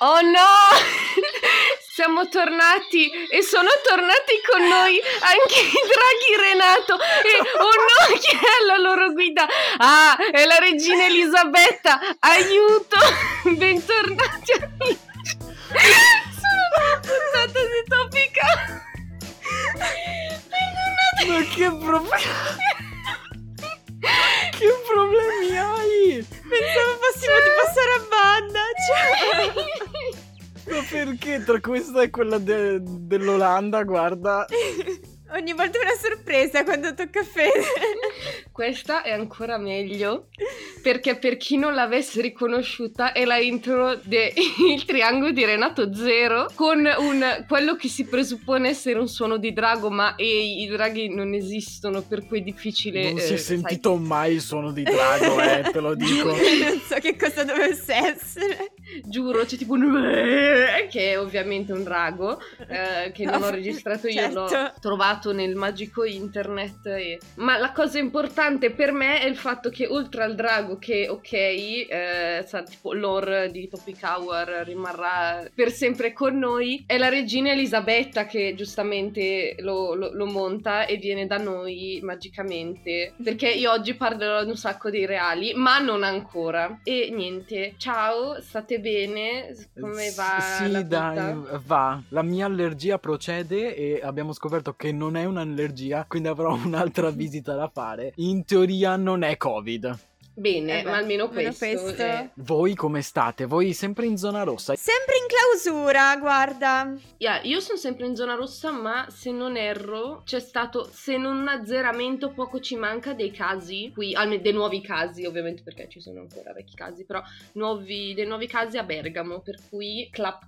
Oh no! Siamo tornati e sono tornati con noi anche i draghi Renato e oh no, chi è la loro guida? Ah, è la regina Elisabetta, aiuto! Bentornati amici! Sono una puntata di Topica! Ma che problemi hai? Pensavo fossimo di passare a banda. Ma perché tra questa e quella dell'Olanda, guarda. Ogni volta una sorpresa quando tocca a Fede. Questa è ancora meglio perché per chi non l'avesse riconosciuta è la intro del Triangolo di Renato Zero con quello che si presuppone essere un suono di drago, ma i draghi non esistono, per cui è difficile. Non si è sentito mai il suono di drago, te lo dico. Non so che cosa dovesse essere. Giuro, c'è tipo un che è ovviamente un drago che non ho registrato io, certo. L'ho trovato nel magico internet ma la cosa importante per me è il fatto che oltre al drago che tipo lore di Topic Hour rimarrà per sempre con noi, è la regina Elisabetta che giustamente lo monta e viene da noi magicamente, perché io oggi parlerò di un sacco dei reali ma non ancora. E niente, ciao, state bene? Come va? Sì, la dai, vita? va. La mia allergia procede e abbiamo scoperto che non è un'allergia, quindi avrò un'altra visita da fare. In teoria non è Covid. Bene, ma almeno questo. Voi come state? Voi sempre in zona rossa? Sempre in clausura, guarda. Io sono sempre in zona rossa, ma se non erro c'è stato, se non un azzeramento, poco ci manca dei casi qui, almeno dei nuovi casi ovviamente, perché ci sono ancora vecchi casi, però dei nuovi casi a Bergamo, per cui clap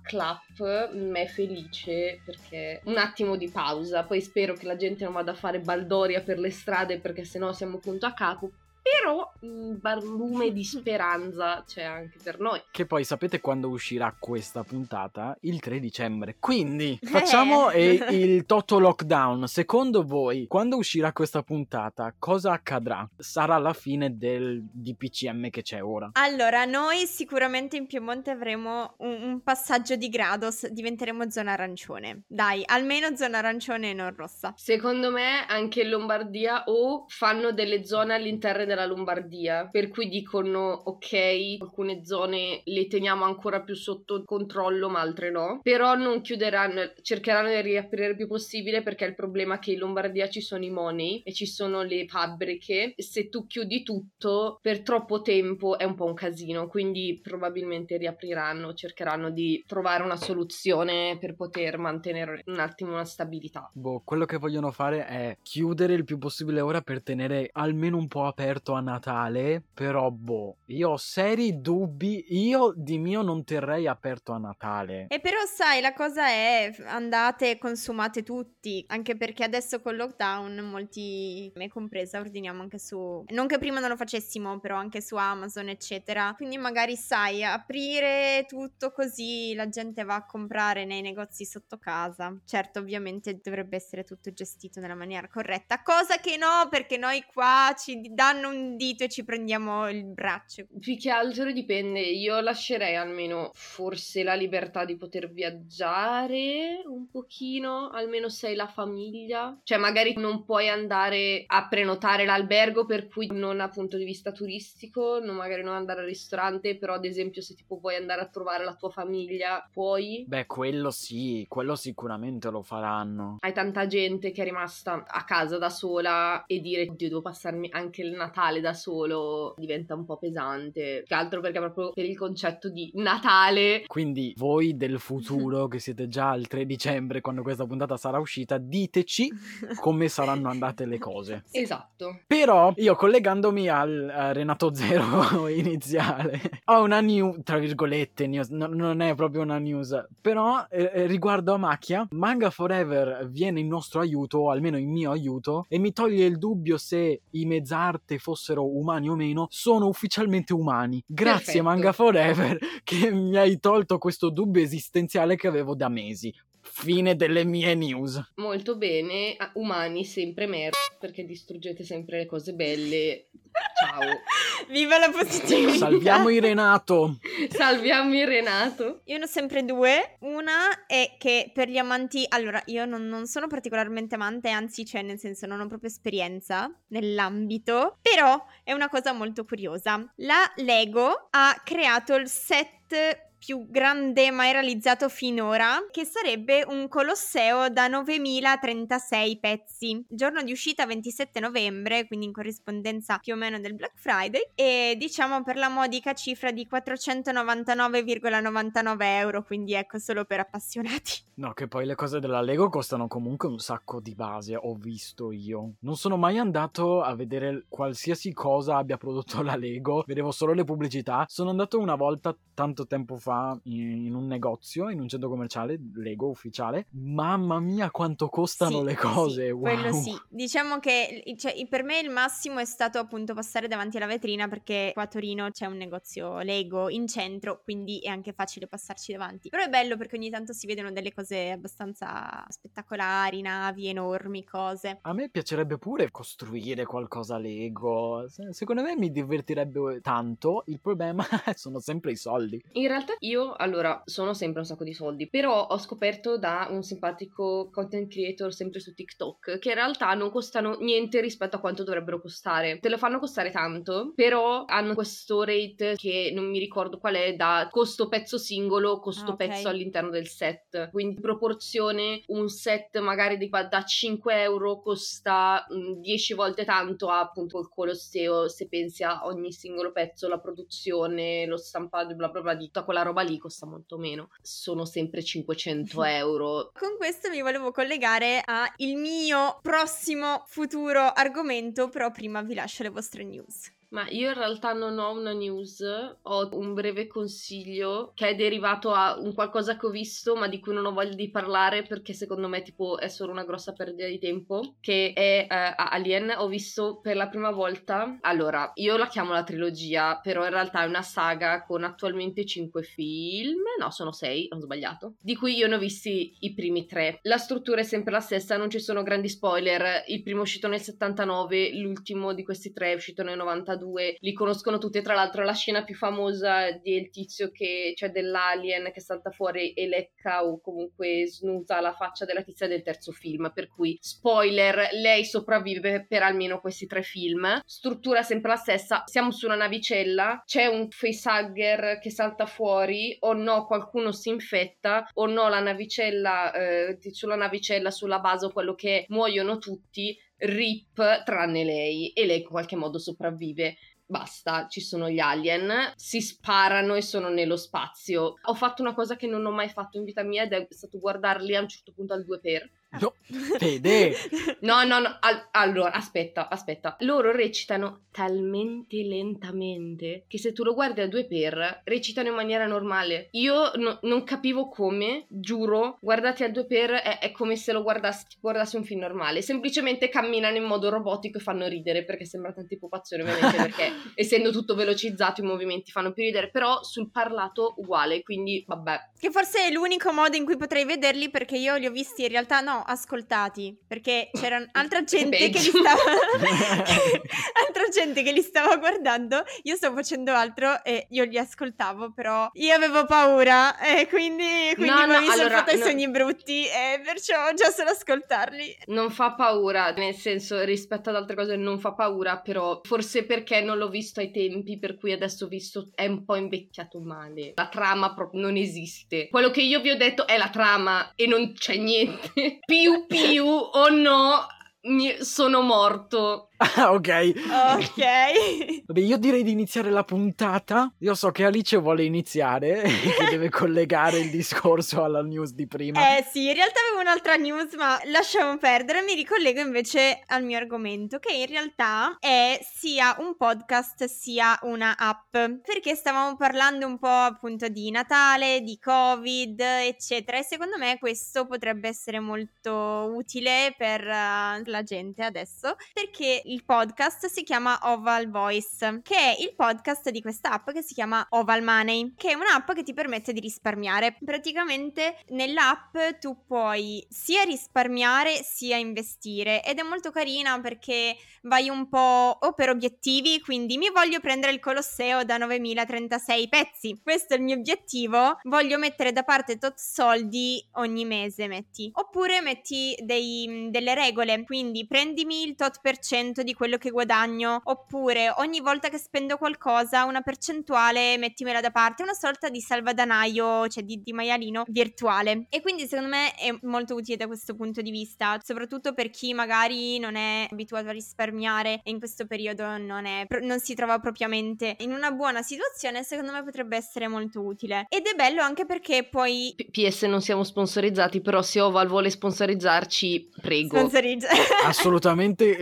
me è felice perché un attimo di pausa, poi spero che la gente non vada a fare baldoria per le strade perché sennò siamo punto a capo. Però un barlume di speranza c'è anche per noi. Che poi sapete quando uscirà questa puntata? Il 3 dicembre. Quindi facciamo il Toto Lockdown. Secondo voi, quando uscirà questa puntata, cosa accadrà? Sarà la fine del DPCM che c'è ora? Allora, noi sicuramente in Piemonte avremo un passaggio di grado, diventeremo zona arancione. Dai, almeno zona arancione e non rossa. Secondo me anche in Lombardia o fanno delle zone all'interno della Lombardia, per cui dicono ok, alcune zone le teniamo ancora più sotto controllo ma altre no, però non chiuderanno, cercheranno di riaprire il più possibile, perché il problema è che in Lombardia ci sono i money e ci sono le fabbriche, se tu chiudi tutto per troppo tempo è un po' un casino, quindi probabilmente riapriranno, cercheranno di trovare una soluzione per poter mantenere un attimo una stabilità. Quello che vogliono fare è chiudere il più possibile ora per tenere almeno un po' aperto a Natale, però io ho seri dubbi, io di mio non terrei aperto a Natale. E però sai, la cosa è andate e consumate tutti, anche perché adesso col lockdown molti, me compresa, ordiniamo anche su, non che prima non lo facessimo, però anche su Amazon eccetera, quindi magari sai, aprire tutto così la gente va a comprare nei negozi sotto casa. Certo, ovviamente dovrebbe essere tutto gestito nella maniera corretta, cosa che no, perché noi qua ci danno un dito e ci prendiamo il braccio. Più che altro dipende, io lascerei almeno forse la libertà di poter viaggiare un pochino, almeno se hai la famiglia, cioè magari non puoi andare a prenotare l'albergo, per cui non a punto di vista turistico, magari non andare al ristorante, però ad esempio se tipo vuoi andare a trovare la tua famiglia puoi. Quello sì, quello sicuramente lo faranno. Hai tanta gente che è rimasta a casa da sola e dire oddio devo passarmi anche il Natale da solo diventa un po' pesante, che altro perché proprio per il concetto di Natale. Quindi voi del futuro che siete già al 3 dicembre quando questa puntata sarà uscita, diteci come saranno andate le cose. Esatto. Però io collegandomi al Renato Zero iniziale ho una news, tra virgolette news, non è proprio una news, però riguardo a Macchia, Manga Forever viene in nostro aiuto, o almeno in mio aiuto, e mi toglie il dubbio se i mezz'arte fossero umani o meno. Sono ufficialmente umani. Grazie. Perfetto. Manga Forever che mi hai tolto questo dubbio esistenziale che avevo da mesi. Fine delle mie news. Molto bene, umani sempre perché distruggete sempre le cose belle. Ciao. Viva la positività. Salviamo il Renato. Salviamo il Renato. Io ne ho sempre due. Una è che per gli amanti, allora io non sono particolarmente amante, anzi, cioè nel senso non ho proprio esperienza nell'ambito, però è una cosa molto curiosa. La Lego ha creato il set più grande mai realizzato finora, che sarebbe un Colosseo da 9036 pezzi. Giorno di uscita 27 novembre, quindi in corrispondenza più o meno del Black Friday, e diciamo per la modica cifra di 499,99 euro, quindi ecco, solo per appassionati. No, che poi le cose della Lego costano comunque un sacco di base, ho visto io. Non sono mai andato a vedere qualsiasi cosa abbia prodotto la Lego, vedevo solo le pubblicità. Sono andato una volta tanto tempo fa in un negozio, in un centro commerciale Lego ufficiale. Mamma mia quanto costano le cose, sì, wow. Quello sì, diciamo che per me il massimo è stato appunto passare davanti alla vetrina, perché qua a Torino c'è un negozio Lego in centro, quindi è anche facile passarci davanti. Però è bello perché ogni tanto si vedono delle cose abbastanza spettacolari, navi enormi, cose. A me piacerebbe pure costruire qualcosa Lego, secondo me mi divertirebbe tanto, il problema sono sempre i soldi. In realtà io, allora, sono sempre un sacco di soldi, però ho scoperto da un simpatico content creator sempre su TikTok che in realtà non costano niente rispetto a quanto dovrebbero costare. Te lo fanno costare tanto, però hanno questo rate che non mi ricordo qual è, da costo pezzo singolo, costo pezzo all'interno del set. Quindi in proporzione un set magari da 5 euro costa 10 volte tanto a appunto il Colosseo, se pensi a ogni singolo pezzo, la produzione, lo stampato, bla bla bla, di tutta quella roba lì costa molto meno. Sono sempre 500 euro. Con questo mi volevo collegare a il mio prossimo futuro argomento, però prima vi lascio le vostre news. Ma io in realtà non ho una news, ho un breve consiglio che è derivato a un qualcosa che ho visto ma di cui non ho voglia di parlare perché secondo me tipo è solo una grossa perdita di tempo, che è Alien. Ho visto per la prima volta, allora io la chiamo la trilogia, però in realtà è una saga con attualmente 5 film, no sono 6, ho sbagliato, di cui io ne ho visti i primi 3. La struttura è sempre la stessa, non ci sono grandi spoiler, il primo è uscito nel 79, l'ultimo di questi 3 è uscito nel 92, li conoscono tutti. Tra l'altro la scena più famosa del tizio che, cioè dell'alien che salta fuori e lecca o comunque snusa la faccia della tizia del terzo film, per cui spoiler, lei sopravvive per almeno questi 3 film. Struttura sempre la stessa, siamo su una navicella, c'è un facehugger che salta fuori, o no qualcuno si infetta, o no la navicella, sulla navicella, sulla base o quello che è, muoiono tutti, rip tranne lei, e lei in qualche modo sopravvive. Basta, ci sono gli alien, si sparano e sono nello spazio. Ho fatto una cosa che non ho mai fatto in vita mia ed è stato guardarli a un certo punto al 2x. No, Fede! No, allora, aspetta. Loro recitano talmente lentamente che se tu lo guardi a 2x recitano in maniera normale. Io non capivo come, giuro, guardati al 2x è come se lo guardassi un film normale. Semplicemente camminano in modo robotico e fanno ridere, perché sembra tanta pupazione ovviamente, perché essendo tutto velocizzato i movimenti fanno più ridere, però sul parlato uguale, quindi vabbè. Che forse è l'unico modo in cui potrei vederli, perché io li ho visti in realtà, no, ascoltati, perché c'era altra gente che li stava altra gente che li stava guardando, io stavo facendo altro e io li ascoltavo, però io avevo paura e quindi mi sono fatta i sogni brutti e perciò già solo ascoltarli. Non fa paura, nel senso, rispetto ad altre cose non fa paura, però forse perché non l'ho visto ai tempi, per cui adesso visto è un po' invecchiato male. La trama proprio non esiste. Quello che io vi ho detto è la trama e non c'è niente. Piu piu o no, sono morto. Ok. Vabbè, io direi di iniziare la puntata. Io so che Alice vuole iniziare che deve collegare il discorso alla news di prima. Sì, in realtà avevo un'altra news, ma lasciamo perdere. Mi ricollego invece al mio argomento, che in realtà è sia un podcast sia una app, perché stavamo parlando un po' appunto di Natale, di Covid, eccetera, e secondo me questo potrebbe essere molto utile per la la gente adesso, perché il podcast si chiama Oval Voice, che è il podcast di questa app che si chiama Oval Money, che è un'app che ti permette di risparmiare. Praticamente nell'app tu puoi sia risparmiare sia investire, ed è molto carina perché vai un po' o per obiettivi, quindi mi voglio prendere il Colosseo da 9036 pezzi, questo è il mio obiettivo, voglio mettere da parte tot soldi ogni mese, metti, oppure metti delle regole, quindi prendimi il tot per cento di quello che guadagno, oppure ogni volta che spendo qualcosa una percentuale mettimela da parte, una sorta di salvadanaio, cioè di maialino virtuale. E quindi secondo me è molto utile da questo punto di vista, soprattutto per chi magari non è abituato a risparmiare e in questo periodo non si trova propriamente in una buona situazione. Secondo me potrebbe essere molto utile, ed è bello anche perché poi PS non siamo sponsorizzati, però se Oval vuole sponsorizzarci, prego. Sponsorizza. Assolutamente,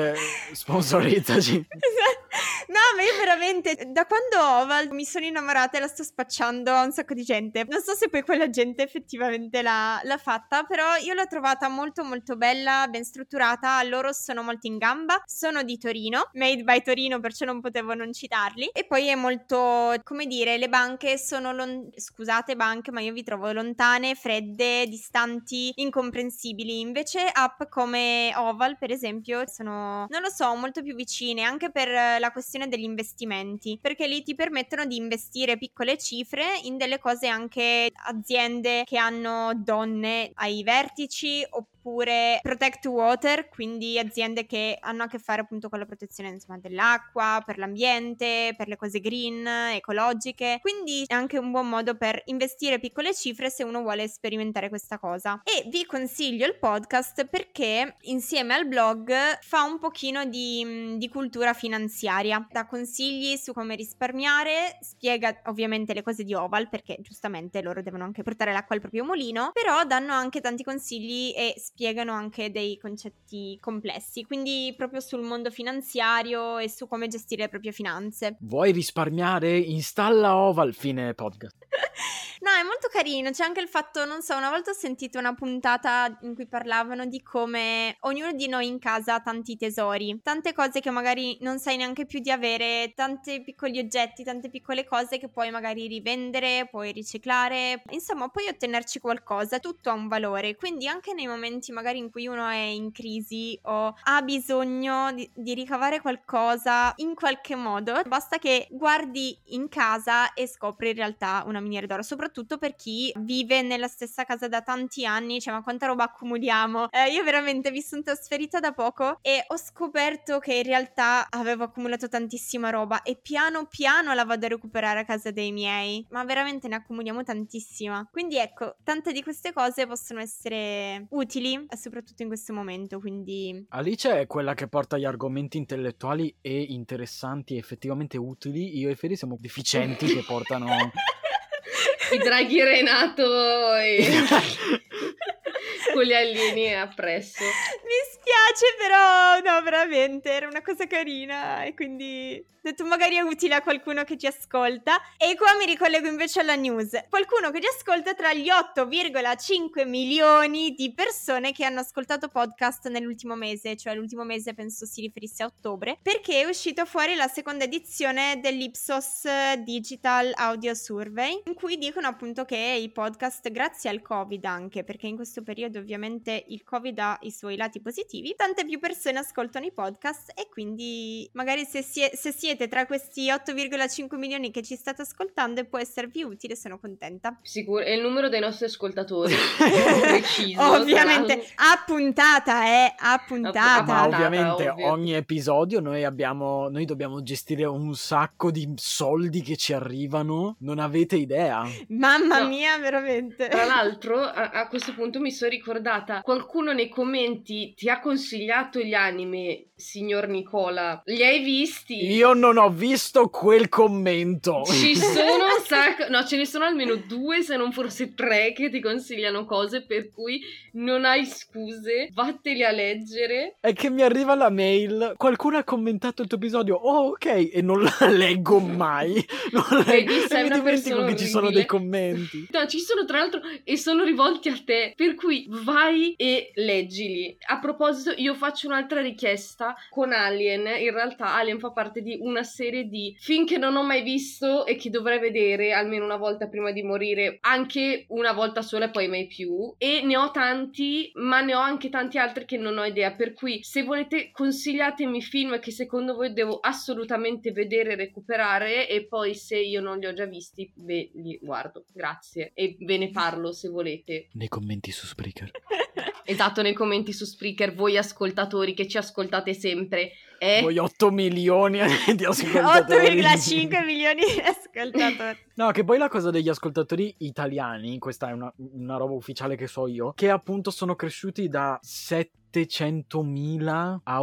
sponsorizzaci. No, ma io veramente da quando Oval mi sono innamorata e la sto spacciando a un sacco di gente. Non so se poi quella gente effettivamente l'ha fatta, però io l'ho trovata molto molto bella, ben strutturata. Loro sono molto in gamba, sono di Torino, made by Torino, perciò non potevo non citarli. E poi è molto, come dire, le banche sono scusate banche, ma io vi trovo lontane, fredde, distanti, incomprensibili. Invece app come Oval, per esempio, sono, non lo so, molto più vicine, anche per la questione degli investimenti, perché lì ti permettono di investire piccole cifre in delle cose, anche aziende che hanno donne ai vertici, oppure Protect Water, quindi aziende che hanno a che fare appunto con la protezione, insomma, dell'acqua, per l'ambiente, per le cose green, ecologiche. Quindi è anche un buon modo per investire piccole cifre se uno vuole sperimentare questa cosa. E vi consiglio il podcast perché insieme al blog fa un pochino di cultura finanziaria, dà consigli su come risparmiare, spiega ovviamente le cose di Oval, perché giustamente loro devono anche portare l'acqua al proprio mulino, però danno anche tanti consigli e spiegano anche dei concetti complessi, quindi proprio sul mondo finanziario e su come gestire le proprie finanze. Vuoi risparmiare? Installa Oval, fine podcast. No, è molto carino, c'è anche il fatto, non so, una volta ho sentito una puntata in cui parlavano di come ognuno di noi in casa ha tanti tesori, tante cose che magari non sai neanche più di avere, tanti piccoli oggetti, tante piccole cose che puoi magari rivendere, puoi riciclare, insomma puoi ottenerci qualcosa, tutto ha un valore, quindi anche nei momenti magari in cui uno è in crisi o ha bisogno di ricavare qualcosa in qualche modo, basta che guardi in casa e scopri in realtà una miniera d'oro, soprattutto per chi vive nella stessa casa da tanti anni, cioè ma quanta roba accumuliamo. Io veramente mi sono trasferita da poco e ho scoperto che in realtà avevo accumulato tantissima roba e piano piano la vado a recuperare a casa dei miei, ma veramente ne accumuliamo tantissima. Quindi ecco, tante di queste cose possono essere utili, soprattutto in questo momento, quindi... Alice è quella che porta gli argomenti intellettuali e interessanti e effettivamente utili. Io e Fede siamo deficienti che portano... I draghi Renato e con gli alieni appresso. Mi spiace, però no, veramente era una cosa carina e quindi ho detto magari è utile a qualcuno che ci ascolta. E qua mi ricollego invece alla news, qualcuno che ci ascolta tra gli 8,5 milioni di persone che hanno ascoltato podcast nell'ultimo mese, cioè l'ultimo mese penso si riferisse a ottobre, perché è uscito fuori la seconda edizione dell'Ipsos Digital Audio Survey, in cui dicono appunto che i podcast, grazie al Covid anche, perché in questo periodo ovviamente il Covid ha i suoi lati positivi, tante più persone ascoltano i podcast e quindi magari se siete tra questi 8,5 milioni che ci state ascoltando e può esservi utile, sono contenta. Sicuro, è il numero dei nostri ascoltatori. Preciso. Ovviamente, a puntata. Ma ovviamente ovvio. ogni episodio noi dobbiamo gestire un sacco di soldi che ci arrivano, non avete idea. Mamma No. mia, veramente. Tra l'altro, a questo punto mi sono ricordata, qualcuno nei commenti ti ha consigliato gli anime, signor Nicola. Li hai visti? Io non ho visto quel commento. Ci sono un sacco, no, ce ne sono almeno 2, se non forse 3, che ti consigliano cose, per cui non hai scuse, vatteli a leggere. È che mi arriva la mail, qualcuno ha commentato il tuo episodio, oh ok, e non la leggo mai. Vedi, sei E mi una dimentico persona che ci sono orribile. dei commenti. No, ci sono tra l'altro e sono rivolti a te, per cui vai e leggili. A proposito, io faccio un'altra richiesta con Alien. In realtà Alien fa parte di una serie di film che non ho mai visto e che dovrei vedere almeno una volta prima di morire, anche una volta sola e poi mai più, e ne ho tanti, ma ne ho anche tanti altri che non ho idea, per cui se volete consigliatemi film che secondo voi devo assolutamente vedere e recuperare, e poi se io non li ho già visti ve li guardo, grazie, e ve ne parlo se volete nei commenti su Spreaker. Esatto, nei commenti su Spreaker, voi ascoltatori che ci ascoltate sempre. Voi 8 milioni di ascoltatori. 8,5 milioni di ascoltatori. No, che poi la cosa degli ascoltatori italiani, questa è una roba ufficiale che so io, che appunto sono cresciuti da 700.000 a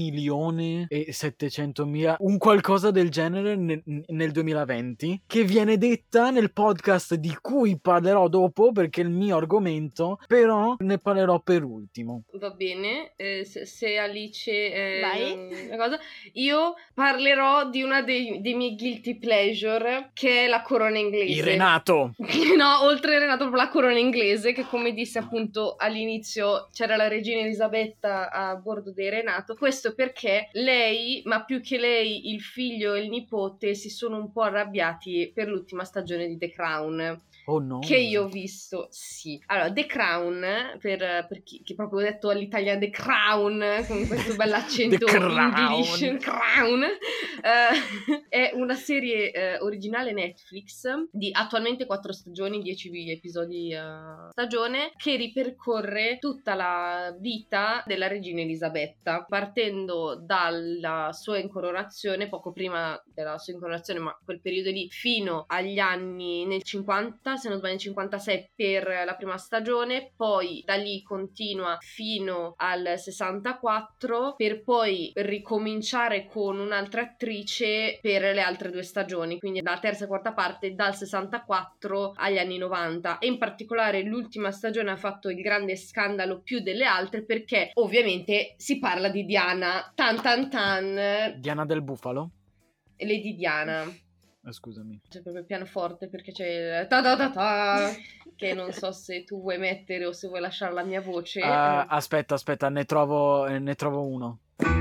1.700.000, un qualcosa del genere nel 2020, che viene detta nel podcast di cui parlerò dopo perché è il mio argomento, però ne parlerò per ultimo. Va bene, se Alice Vai. una cosa, io parlerò di una dei miei guilty pleasure, che è la corona inglese. Il Renato! No, oltre al Renato, proprio la corona inglese, che come disse appunto all'inizio c'era la regina Elisabetta a bordo dei Renato. Questo perché lei, ma più che lei, il figlio e il nipote si sono un po' arrabbiati per l'ultima stagione di The Crown. Oh no. Che io ho visto, sì. Allora, The Crown, per chi che proprio ho detto all'italiana The Crown, con questo bell'accento English, Crown, è una serie originale Netflix di attualmente 4 stagioni, 10 episodi a stagione, che ripercorre tutta la vita della regina Elisabetta, partendo dalla sua incoronazione, poco prima della sua incoronazione, ma quel periodo lì, fino agli anni nel 50, se non sbaglio nel 56 per la prima stagione, poi da lì continua fino al 64 per poi ricominciare con un'altra attrice per le altre 2 stagioni, quindi la terza e quarta parte dal 64 agli anni 90, e in particolare l'ultima stagione ha fatto il grande scandalo più delle altre perché ovviamente si parla di Diana, Diana del Bufalo? Lady Diana. Scusami. C'è proprio il pianoforte perché c'è il ta ta ta ta, che non so se tu vuoi mettere o se vuoi lasciare la mia voce. Aspetta, ne trovo uno.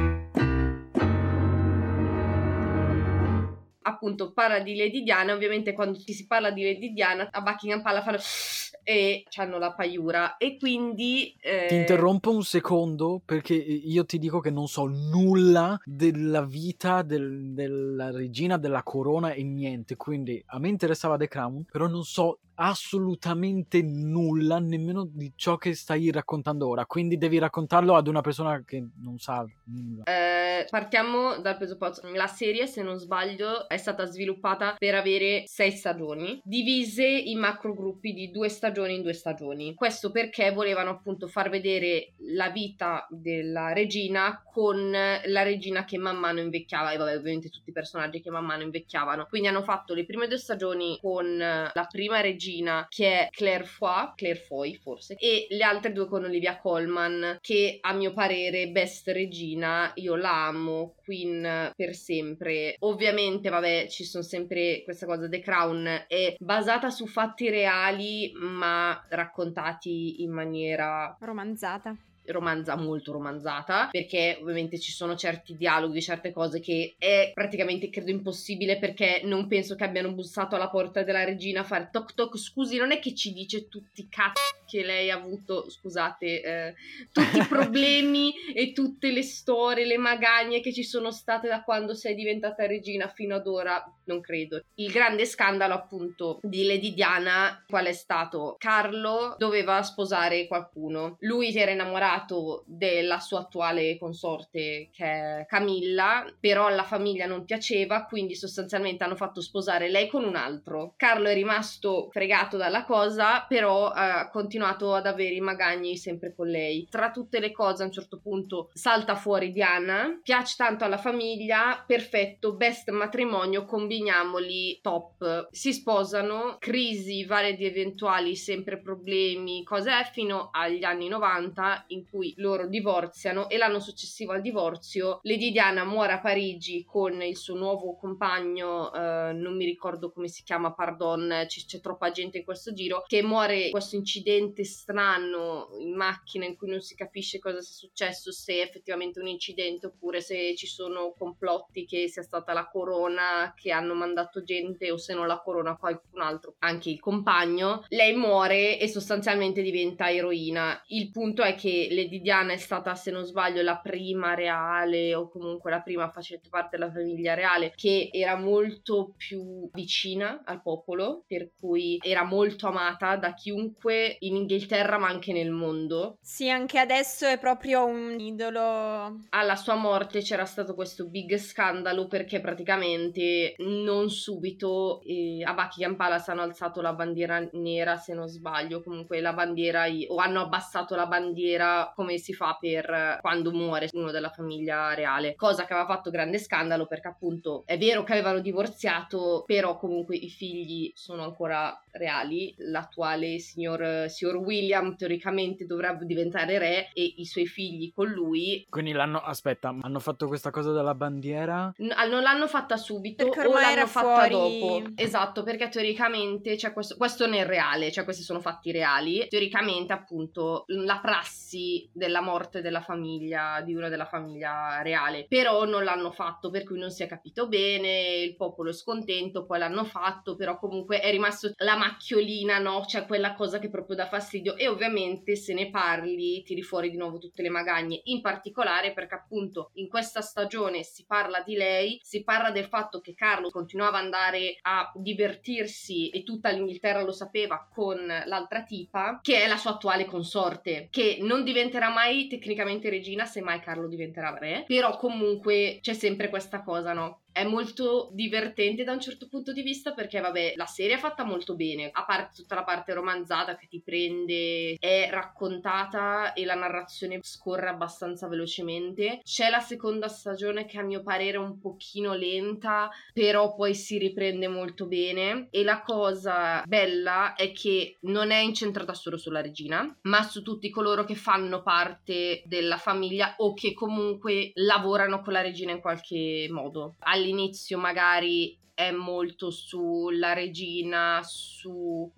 Appunto parla di Lady Diana, ovviamente quando si parla di Lady Diana a Buckingham Palace fanno e hanno la paiura, e quindi ti interrompo un secondo perché io ti dico che non so nulla della vita della regina, della corona e niente, quindi a me interessava The Crown, però non so assolutamente nulla nemmeno di ciò che stai raccontando ora, quindi devi raccontarlo ad una persona che non sa nulla. Partiamo dal presupposto: la serie, se non sbaglio, è stata sviluppata per avere 6 stagioni divise in macrogruppi di 2 stagioni in 2 stagioni. Questo perché volevano appunto far vedere la vita della regina con la regina che man mano invecchiava, e vabbè, ovviamente tutti i personaggi che man mano invecchiavano. Quindi hanno fatto le prime 2 stagioni con la prima regina, che è Claire Foy forse, e le altre 2 con Olivia Colman, che a mio parere best regina, io la amo, Queen per sempre. Ovviamente vabbè, ci sono sempre questa cosa, The Crown è basata su fatti reali ma raccontati in maniera molto romanzata, perché ovviamente ci sono certi dialoghi, certe cose che è praticamente credo impossibile, perché non penso che abbiano bussato alla porta della regina a fare toc toc, scusi, non è che ci dice tutti i cazzi che lei ha avuto, scusate, tutti i problemi e tutte le storie, le magagne che ci sono state da quando sei diventata regina fino ad ora, non credo. Il grande scandalo appunto di Lady Diana qual è stato? Carlo doveva sposare qualcuno, lui si era innamorato della sua attuale consorte che è Camilla, però alla famiglia non piaceva, quindi sostanzialmente hanno fatto sposare lei con un altro. Carlo è rimasto fregato dalla cosa, però ha continuato ad avere i magagni sempre con lei. Tra tutte le cose a un certo punto salta fuori Diana, piace tanto alla famiglia, perfetto, best matrimonio con combiniamoli top. Si sposano, crisi varie di eventuali, sempre problemi, cose fino agli anni 90 in cui loro divorziano, e l'anno successivo al divorzio Lady Diana muore a Parigi con il suo nuovo compagno, non mi ricordo come si chiama, pardon, c'è troppa gente in questo giro, che muore in questo incidente strano in macchina in cui non si capisce cosa sia successo, se è effettivamente un incidente oppure se ci sono complotti che sia stata la corona che hanno mandato gente, o se non la corona qualcun altro, anche il compagno. Lei muore e sostanzialmente diventa eroina. Il punto è che Lady Diana è stata, se non sbaglio, la prima reale, o comunque la prima facente parte della famiglia reale, che era molto più vicina al popolo, per cui era molto amata da chiunque in Inghilterra ma anche nel mondo. Sì, anche adesso è proprio un idolo. Alla sua morte c'era stato questo big scandalo perché praticamente non subito a Buckingham Palace hanno alzato la bandiera nera, se non sbaglio, comunque la bandiera o hanno abbassato la bandiera come si fa per quando muore uno della famiglia reale, cosa che aveva fatto grande scandalo perché appunto è vero che avevano divorziato, però comunque i figli sono ancora reali. L'attuale signor William teoricamente dovrebbe diventare re e i suoi figli con lui. Quindi hanno fatto questa cosa della bandiera? Non l'hanno fatta subito Perché o ormai l'hanno era fatta fuori. dopo. Esatto, perché teoricamente cioè questo nel reale, cioè questi sono fatti reali. Teoricamente appunto la prassi della morte della famiglia, di una della famiglia reale, però non l'hanno fatto, per cui non si è capito bene, il popolo è scontento, poi l'hanno fatto, però comunque è rimasto la macchiolina, no? Cioè quella cosa che proprio dà fastidio, e ovviamente se ne parli tiri fuori di nuovo tutte le magagne, in particolare perché appunto in questa stagione si parla di lei, si parla del fatto che Carlo continuava ad andare a divertirsi e tutta l'Inghilterra lo sapeva con l'altra tipa che è la sua attuale consorte, che non diventerà mai tecnicamente regina, se mai Carlo diventerà re, però comunque c'è sempre questa cosa, no? È molto divertente da un certo punto di vista perché vabbè, la serie è fatta molto bene, a parte tutta la parte romanzata che ti prende, è raccontata e la narrazione scorre abbastanza velocemente. C'è la seconda stagione che a mio parere è un pochino lenta, però poi si riprende molto bene, e la cosa bella è che non è incentrata solo sulla regina, ma su tutti coloro che fanno parte della famiglia o che comunque lavorano con la regina in qualche modo. All'inizio magari è molto sulla regina, su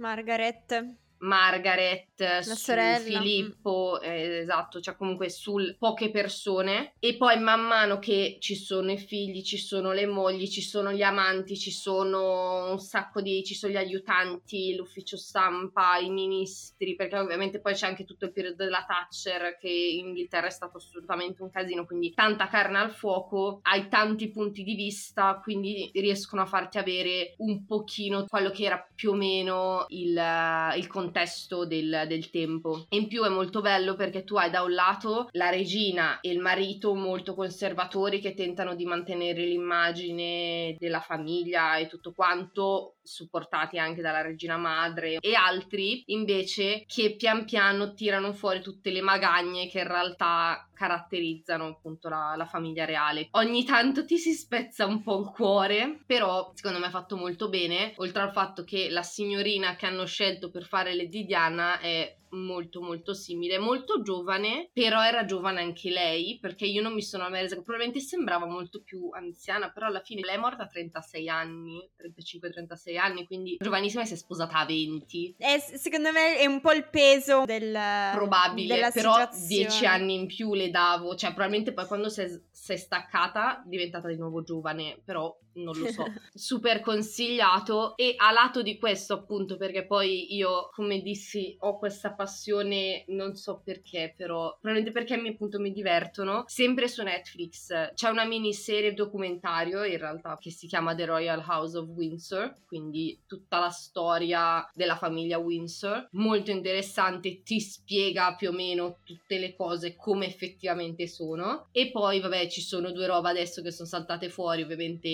Margaret, su sorella. Filippo, esatto, cioè comunque su poche persone, e poi man mano che ci sono i figli, ci sono le mogli, ci sono gli amanti, ci sono un sacco ci sono gli aiutanti, l'ufficio stampa, i ministri, perché ovviamente poi c'è anche tutto il periodo della Thatcher che in Inghilterra è stato assolutamente un casino, quindi tanta carne al fuoco, hai tanti punti di vista, quindi riescono a farti avere un pochino quello che era più o meno il contesto del tempo. E in più è molto bello perché tu hai da un lato la regina e il marito molto conservatori che tentano di mantenere l'immagine della famiglia e tutto quanto, supportati anche dalla regina madre, e altri invece che pian piano tirano fuori tutte le magagne che in realtà caratterizzano appunto la famiglia reale. Ogni tanto ti si spezza un po' il cuore, però secondo me è fatto molto bene, oltre al fatto che la signorina che hanno scelto per fare Lady Diana è molto molto simile, molto giovane, però era giovane anche lei, perché io non mi sono mai resa, probabilmente sembrava molto più anziana, però alla fine lei è morta a 36 anni, 35-36 anni, quindi giovanissima, e si è sposata a 20. Secondo me è un po' il peso probabile, della però situazione. 10 anni in più le davo, cioè probabilmente poi quando si è staccata è diventata di nuovo giovane, però non lo so. Super consigliato. E a lato di questo appunto, perché poi io come dissi ho questa passione, non so perché, però probabilmente perché appunto mi divertono, sempre su Netflix c'è una miniserie documentario in realtà che si chiama The Royal House of Windsor, quindi tutta la storia della famiglia Windsor, molto interessante, ti spiega più o meno tutte le cose come effettivamente sono. E poi vabbè ci sono due robe adesso che sono saltate fuori, ovviamente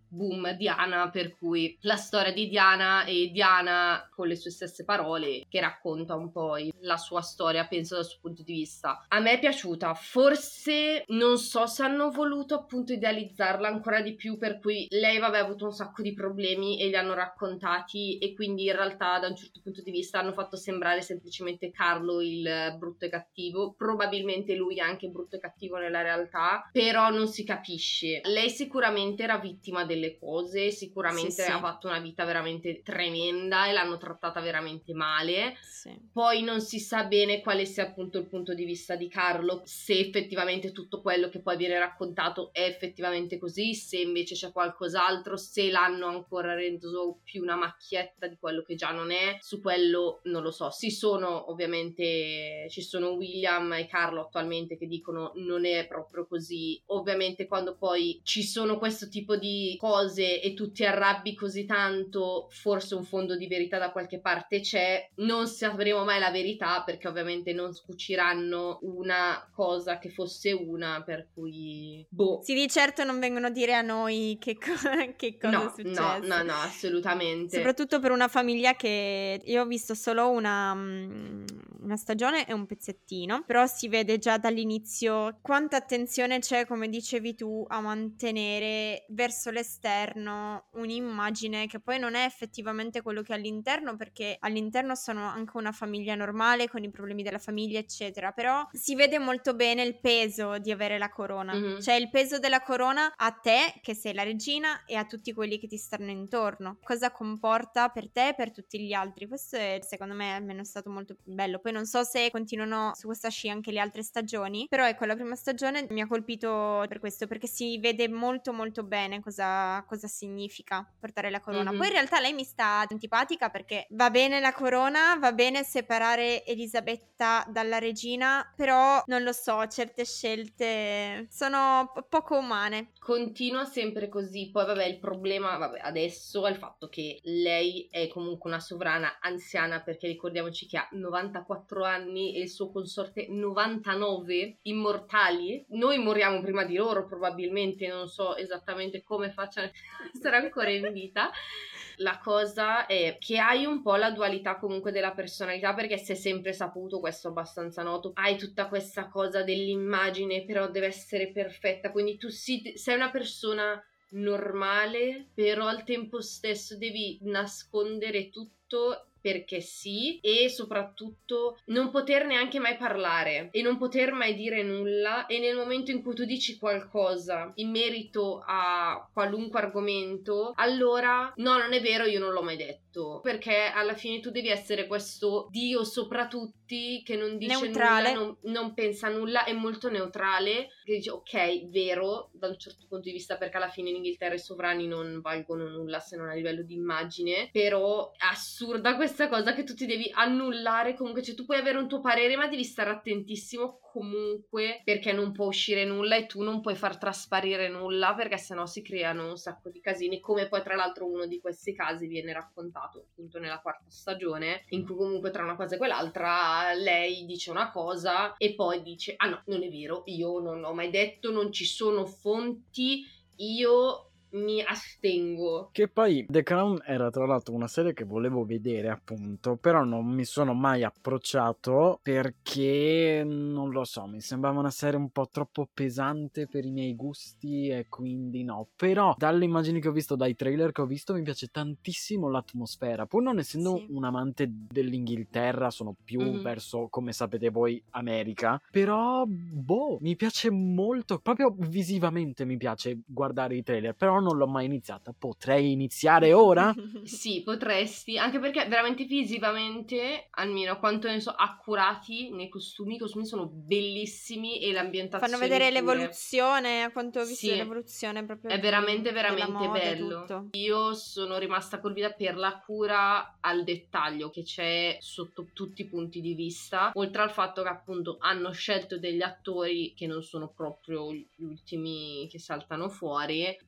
boom, Diana, per cui la storia di Diana e Diana con le sue stesse parole che racconta un po' la sua storia, penso dal suo punto di vista. A me è piaciuta, forse non so se hanno voluto appunto idealizzarla ancora di più, per cui lei ha avuto un sacco di problemi e li hanno raccontati, e quindi in realtà da un certo punto di vista hanno fatto sembrare semplicemente Carlo il brutto e cattivo. Probabilmente lui è anche brutto e cattivo nella realtà, però non si capisce. Lei sicuramente era vittima delle cose, sicuramente Sì. ha fatto una vita veramente tremenda e l'hanno trattata veramente male. Sì. Poi non si sa bene quale sia appunto il punto di vista di Carlo, se effettivamente tutto quello che poi viene raccontato è effettivamente così, se invece c'è qualcos'altro, se l'hanno ancora reso più una macchietta di quello che già non è. Su quello non lo so. Ci sono William e Carlo attualmente che dicono non è proprio così. Ovviamente quando poi ci sono questo tipo di cose e tu ti arrabbi così tanto, forse un fondo di verità da qualche parte c'è. Non sapremo mai la verità, perché ovviamente non scuciranno una cosa che fosse una, per cui boh. Sì, di certo non vengono a dire a noi che cosa è successo. No, assolutamente. Soprattutto per una famiglia che io ho visto solo una stagione e un pezzettino, però si vede già dall'inizio quanta attenzione c'è, come dicevi tu, a mantenere verso l'esterno un'immagine che poi non è effettivamente quello che è all'interno, perché all'interno sono anche una famiglia normale con i problemi della famiglia eccetera, però si vede molto bene il peso di avere la corona, cioè il peso della corona a te che sei la regina e a tutti quelli che ti stanno intorno, cosa comporta per te e per tutti gli altri. Questo è, secondo me, almeno stato molto bello. Poi non so se continuano su questa scia anche le altre stagioni, però ecco, la prima stagione mi ha colpito per questo, perché si vede molto molto bene cosa significa portare la corona. Poi in realtà lei mi sta antipatica, perché va bene la corona, va bene separare Elisabetta dalla regina, però non lo so, certe scelte sono poco umane. Continua sempre così. Poi vabbè, il problema adesso è il fatto che lei è comunque una sovrana anziana, perché ricordiamoci che ha 94 anni e il suo consorte 99, immortali. Noi moriamo prima di loro probabilmente, non so esattamente come facciano a essere ancora in vita. La cosa è che hai un po' la dualità comunque della personalità, perché si è sempre saputo, questo è abbastanza noto, hai tutta questa cosa dell'immagine, però deve essere perfetta, quindi tu sei una persona normale, però al tempo stesso devi nascondere tutto perché sì, e soprattutto non poter neanche mai parlare e non poter mai dire nulla, e nel momento in cui tu dici qualcosa in merito a qualunque argomento, allora no, non è vero, io non l'ho mai detto, perché alla fine tu devi essere questo dio sopra tutti che non dice neutrale. nulla, non pensa nulla, è molto neutrale, che dice ok, vero da un certo punto di vista, perché alla fine in Inghilterra i sovrani non valgono nulla se non a livello di immagine, però è assurda questa cosa che tu ti devi annullare comunque, cioè tu puoi avere un tuo parere ma devi stare attentissimo comunque, perché non può uscire nulla e tu non puoi far trasparire nulla, perché sennò si creano un sacco di casini, come poi tra l'altro uno di questi casi viene raccontato appunto nella quarta stagione, in cui comunque tra una cosa e quell'altra lei dice una cosa e poi dice ah no, non è vero, io non l'ho mai detto, non ci sono fonti, io mi astengo. Che poi The Crown era tra l'altro una serie che volevo vedere appunto, però non mi sono mai approcciato perché non lo so, mi sembrava una serie un po' troppo pesante per i miei gusti e quindi no. Però dalle immagini che ho visto, dai trailer che ho visto, mi piace tantissimo l'atmosfera, pur non essendo un amante dell'Inghilterra, sono più verso, come sapete voi, America, però boh, mi piace molto, proprio visivamente mi piace guardare i trailer, però non l'ho mai iniziata. Potrei iniziare ora? Sì, potresti, anche perché veramente visivamente, almeno quanto ne so, accurati nei costumi. I costumi sono bellissimi e l'ambientazione fanno vedere pure. L'evoluzione, a quanto ho visto Sì, l'evoluzione proprio è veramente della moda, bello. tutto. Io sono rimasta colpita per la cura al dettaglio che c'è sotto tutti i punti di vista, oltre al fatto che appunto hanno scelto degli attori che non sono proprio gli ultimi che saltano fuori, tutti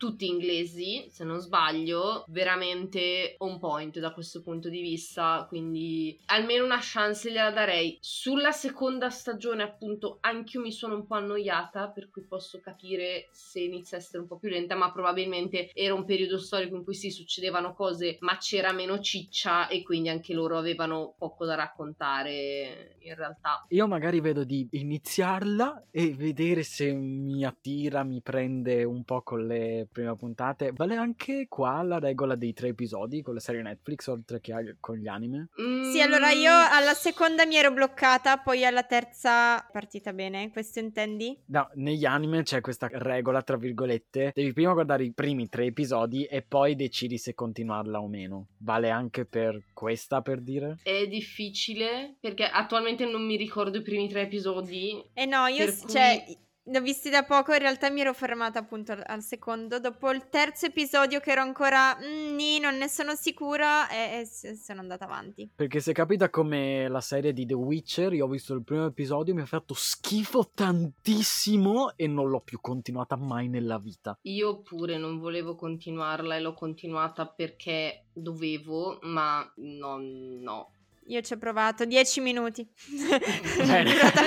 inglesi, se non sbaglio, veramente on point da questo punto di vista, quindi almeno una chance gliela darei. Sulla seconda stagione appunto anch'io mi sono un po' annoiata, per cui posso capire se inizia a essere un po' più lenta, ma probabilmente era un periodo storico in cui si succedevano cose ma c'era meno ciccia e quindi anche loro avevano poco da raccontare in realtà. Io magari vedo di iniziarla e vedere se mi attira, mi prende un po' con le prime puntate. Vale anche qua la regola dei 3 episodi con le serie Netflix oltre che con gli anime? Sì, allora io alla seconda mi ero bloccata, poi alla terza partita bene, questo intendi? No, negli anime c'è questa regola, tra virgolette, devi prima guardare i primi 3 episodi e poi decidi se continuarla o meno. Vale anche per questa, per dire? È difficile perché attualmente non mi ricordo i primi 3 episodi. No, io per cui... cioè l'ho visti da poco, in realtà mi ero fermata appunto al secondo, dopo il terzo episodio che ero ancora non ne sono sicura e sono andata avanti. Perché se capita come la serie di The Witcher, io ho visto il primo episodio, mi ha fatto schifo tantissimo e non l'ho più continuata mai nella vita. Io pure non volevo continuarla e l'ho continuata perché dovevo, ma no. Io ci ho provato 10 minuti. Bene.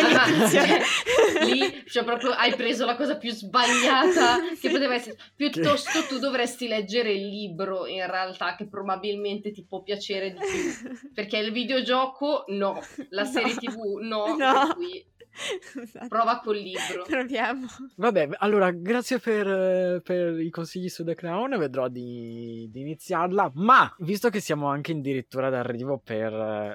Lì, cioè proprio hai preso la cosa più sbagliata che poteva essere. Piuttosto tu dovresti leggere il libro in realtà, che probabilmente ti può piacere di più. Perché il videogioco no, la serie TV no. Per cui prova col libro. Proviamo. Vabbè, allora grazie per i consigli su The Crown, vedrò di iniziarla, ma visto che siamo anche addirittura d'arrivo per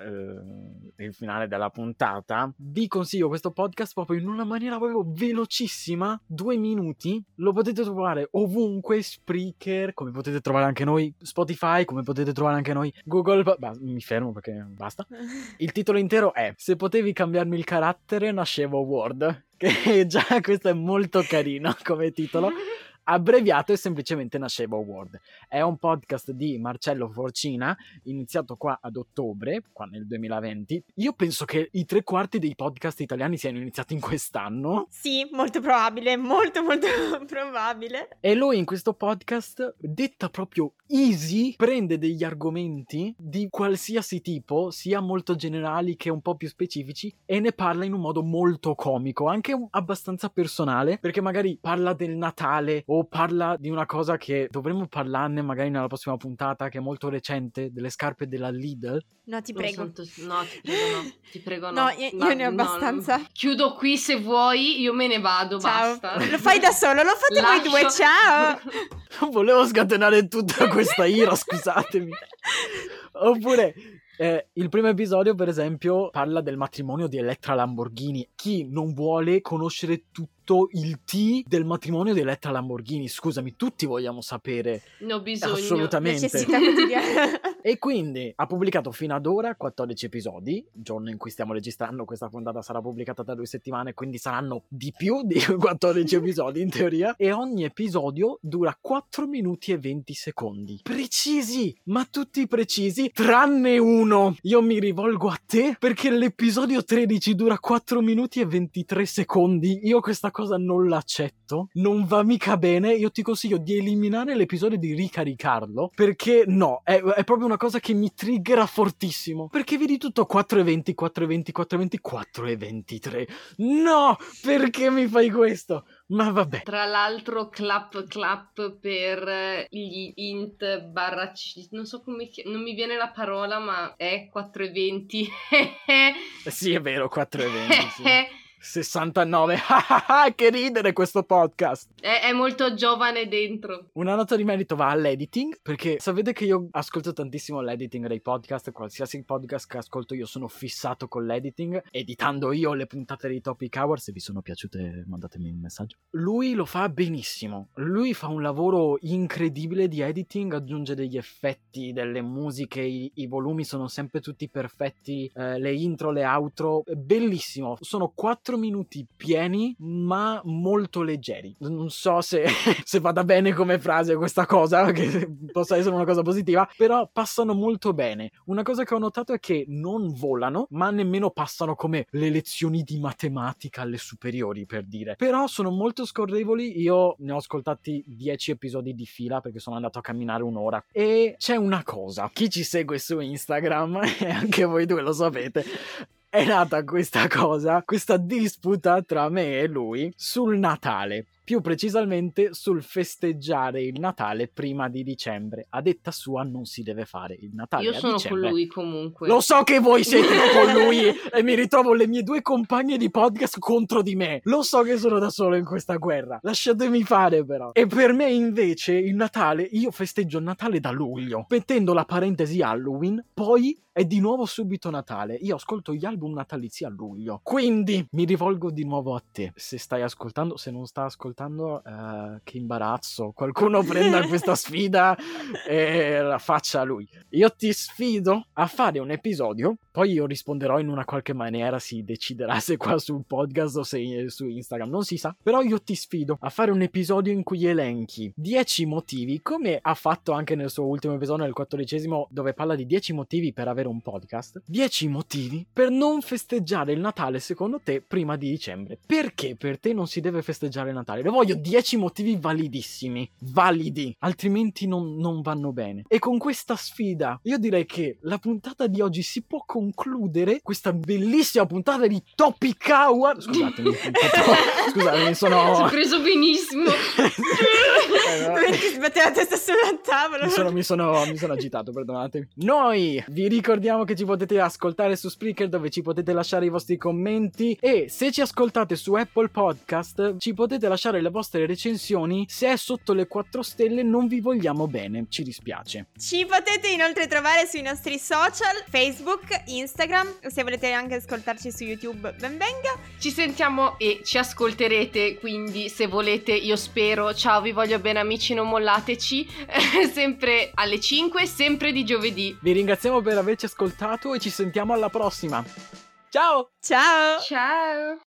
il finale della puntata, vi consiglio questo podcast proprio in una maniera proprio velocissima, 2 minuti, lo potete trovare ovunque, Spreaker, come potete trovare anche noi, Spotify, come potete trovare anche noi, Google, mi fermo perché basta. Il titolo intero è Se potevi cambiarmi il carattere nascevo Ward, che già questo è molto carino come titolo. Abbreviato e semplicemente nascevo Ward. È un podcast di Marcello Forcina, iniziato qua ad ottobre, qua nel 2020. Io penso che i 3/4 dei podcast italiani siano iniziati in quest'anno. Sì, molto probabile, molto probabile. E lui in questo podcast, detta proprio easy, prende degli argomenti di qualsiasi tipo, sia molto generali che un po' più specifici, e ne parla in un modo molto comico, anche abbastanza personale, perché magari parla del Natale o parla di una cosa che dovremmo parlarne magari nella prossima puntata, che è molto recente, delle scarpe della Lidl. No, ti prego. Ti prego no. No, io ne ho abbastanza. No. Chiudo qui se vuoi, io me ne vado, ciao. Basta. Lo fai da solo, lo fate voi due, ciao. Non volevo scatenare tutta questa ira, scusatemi. Oppure il primo episodio, per esempio, parla del matrimonio di Elettra Lamborghini. Chi non vuole conoscere tutto il T del matrimonio di Elettra Lamborghini? Scusami, tutti vogliamo sapere. Ne ho bisogno. Assolutamente. Necessità quotidiana. E quindi ha pubblicato fino ad ora 14 episodi. Il giorno in cui stiamo registrando questa puntata sarà pubblicata tra 2 settimane, quindi saranno di più di 14 episodi in teoria. E ogni episodio dura 4 minuti e 20 secondi. Precisi, ma tutti precisi, tranne uno. Io mi rivolgo a te perché l'episodio 13 dura 4 minuti e 23 secondi. Io questa cosa non l'accetto, non va mica bene. Io ti consiglio di eliminare l'episodio, di ricaricarlo, perché no, è proprio una cosa che mi triggera fortissimo, perché vedi tutto 4:20, 4:20, 4:20, 4:23. No, perché mi fai questo? Ma vabbè. Tra l'altro clap per gli int barra non so come non mi viene la parola, ma è 4:20. Sì, è vero, 4:20, sì. 69. Che ridere questo podcast. È molto giovane dentro. Una nota di merito va all'editing, perché sapete che io ascolto tantissimo l'editing dei podcast. Qualsiasi podcast che ascolto io sono fissato con l'editing, editando io le puntate dei Topic Hour. Se vi sono piaciute mandatemi un messaggio. Lui lo fa benissimo, lui fa un lavoro incredibile di editing, aggiunge degli effetti, delle musiche, i volumi sono sempre tutti perfetti, le intro, le outro, bellissimo. Sono 4 4 minuti pieni ma molto leggeri. Non so se vada bene come frase questa cosa, che possa essere una cosa positiva, però passano molto bene. Una cosa che ho notato è che non volano, ma nemmeno passano come le lezioni di matematica alle superiori, per dire. Però sono molto scorrevoli. Io ne ho ascoltati 10 episodi di fila perché sono andato a camminare un'ora. E c'è una cosa, chi ci segue su Instagram, e anche voi due lo sapete, è nata questa cosa, questa disputa tra me e lui sul Natale. Più precisamente sul festeggiare il Natale prima di dicembre. A detta sua non si deve fare il Natale Io a sono dicembre. con lui comunque. Lo so che voi siete con lui e mi ritrovo le mie 2 compagne di podcast contro di me. Lo so che sono da solo in questa guerra. Lasciatemi fare però. E per me invece il Natale, io festeggio il Natale da luglio, mettendo la parentesi Halloween, poi è di nuovo subito Natale. Io ascolto gli album natalizi a luglio. Quindi mi rivolgo di nuovo a te. Se stai ascoltando, se non sta ascoltando, che imbarazzo. Qualcuno prenda questa sfida e la faccia a lui. Io ti sfido a fare un episodio, poi io risponderò in una qualche maniera, si deciderà se qua sul podcast o se su Instagram, non si sa. Però io ti sfido a fare un episodio in cui elenchi 10 motivi, come ha fatto anche nel suo ultimo episodio, nel 14esimo, dove parla di 10 motivi per avere un podcast. 10 motivi per non festeggiare il Natale secondo te prima di dicembre. Perché per te non si deve festeggiare il Natale? Ne voglio 10 motivi validissimi, validi, altrimenti non vanno bene. E con questa sfida io direi che la puntata di oggi si può concludere, questa bellissima puntata di Topic Hour. Scusatemi, mi sono preso benissimo. Come ti sbatteva la testa sulla tavola? Mi sono agitato, perdonatemi. Noi vi ricordiamo che ci potete ascoltare su Spreaker, dove ci potete lasciare i vostri commenti, e se ci ascoltate su Apple Podcast ci potete lasciare le vostre recensioni. Se è sotto le 4 stelle non vi vogliamo bene, ci dispiace. Ci potete inoltre trovare sui nostri social, Facebook, Instagram. Se volete anche ascoltarci su YouTube, ben venga. Ci sentiamo e ci ascolterete, quindi se volete, io spero. Ciao, vi voglio bene amici, non mollateci. Sempre alle 5, sempre di giovedì. Vi ringraziamo per averci ascoltato e ci sentiamo alla prossima. Ciao! Ciao! Ciao!